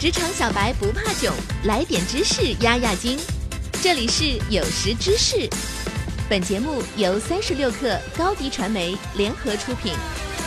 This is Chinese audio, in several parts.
职场小白不怕囧，来点知识压压惊。这里是有识知识，本节目由36氪高迪传媒联合出品。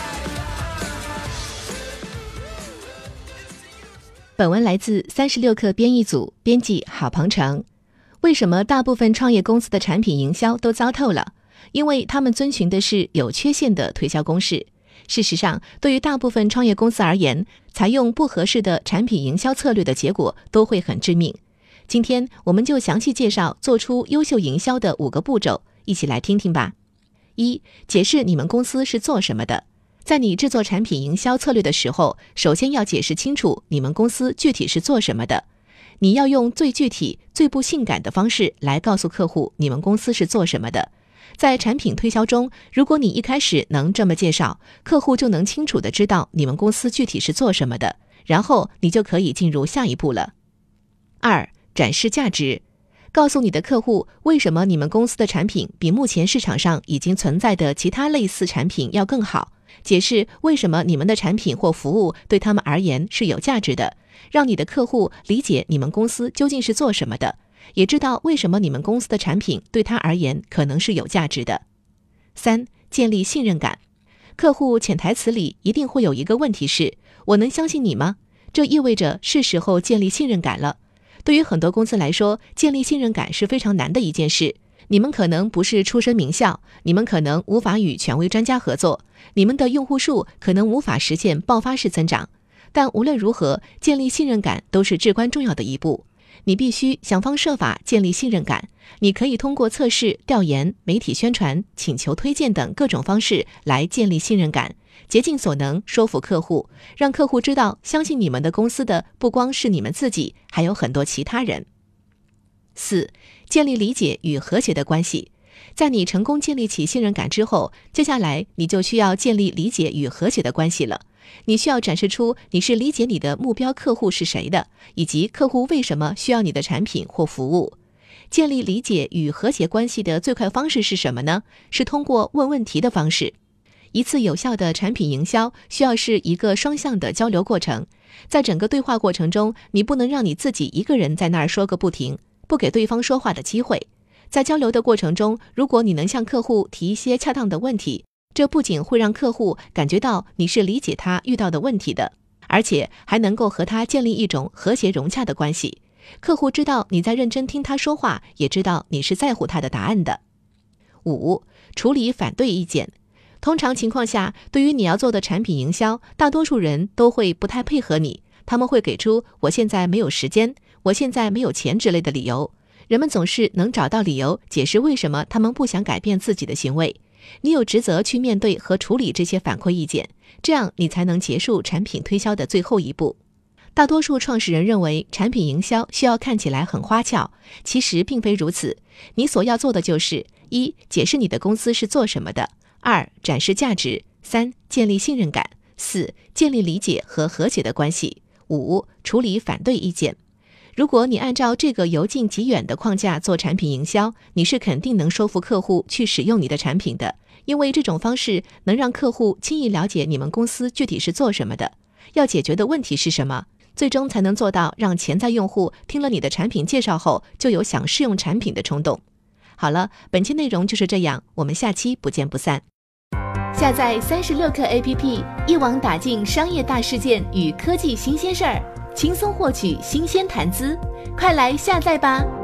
本文来自36氪编译组，编辑郝鹏程。为什么大部分创业公司的产品营销都糟透了？因为他们遵循的是有缺陷的推销公式。事实上，对于大部分创业公司而言，采用不合适的产品营销策略的结果都会很致命。今天我们就详细介绍做出优秀营销的5个步骤，一起来听听吧。1、解释你们公司是做什么的。在你制作产品营销策略的时候，首先要解释清楚你们公司具体是做什么的。你要用最具体、最不性感的方式来告诉客户你们公司是做什么的。在产品推销中，如果你一开始能这么介绍，客户就能清楚地知道你们公司具体是做什么的，然后你就可以进入下一步了。2、展示价值。告诉你的客户为什么你们公司的产品比目前市场上已经存在的其他类似产品要更好，解释为什么你们的产品或服务对他们而言是有价值的，让你的客户理解你们公司究竟是做什么的，也知道为什么你们公司的产品对他而言可能是有价值的。3、建立信任感。客户潜台词里一定会有一个问题是：我能相信你吗？这意味着是时候建立信任感了。对于很多公司来说，建立信任感是非常难的一件事。你们可能不是出身名校，你们可能无法与权威专家合作，你们的用户数可能无法实现爆发式增长。但无论如何，建立信任感都是至关重要的一步。你必须想方设法建立信任感。你可以通过测试、调研、媒体宣传、请求推荐等各种方式来建立信任感，竭尽所能说服客户，让客户知道相信你们的公司的不光是你们自己，还有很多其他人。4、建立理解与和谐的关系。在你成功建立起信任感之后，接下来你就需要建立理解与和谐的关系了。你需要展示出你是理解你的目标客户是谁的，以及客户为什么需要你的产品或服务。建立理解与和谐关系的最快方式是什么呢？是通过问问题的方式。一次有效的产品营销需要是一个双向的交流过程。在整个对话过程中，你不能让你自己一个人在那儿说个不停，不给对方说话的机会。在交流的过程中，如果你能向客户提一些恰当的问题，这不仅会让客户感觉到你是理解他遇到的问题的，而且还能够和他建立一种和谐融洽的关系。客户知道你在认真听他说话，也知道你是在乎他的答案的。5、处理反对意见。通常情况下，对于你要做的产品营销，大多数人都会不太配合你，他们会给出我现在没有时间，我现在没有钱之类的理由。人们总是能找到理由解释为什么他们不想改变自己的行为。你有职责去面对和处理这些反馈意见，这样你才能结束产品推销的最后一步。大多数创始人认为产品营销需要看起来很花俏，其实并非如此。你所要做的就是1、解释你的公司是做什么的；2、展示价值；3、建立信任感；4、建立理解和和谐的关系；5、处理反对意见。如果你按照这个由近及远的框架做产品营销，你是肯定能说服客户去使用你的产品的，因为这种方式能让客户轻易了解你们公司具体是做什么的，要解决的问题是什么，最终才能做到让潜在用户听了你的产品介绍后就有想试用产品的冲动。好了，本期内容就是这样，我们下期不见不散。下载36氪 APP， 一网打尽商业大事件与科技新鲜事儿，轻松获取新鲜谈资，快来下载吧。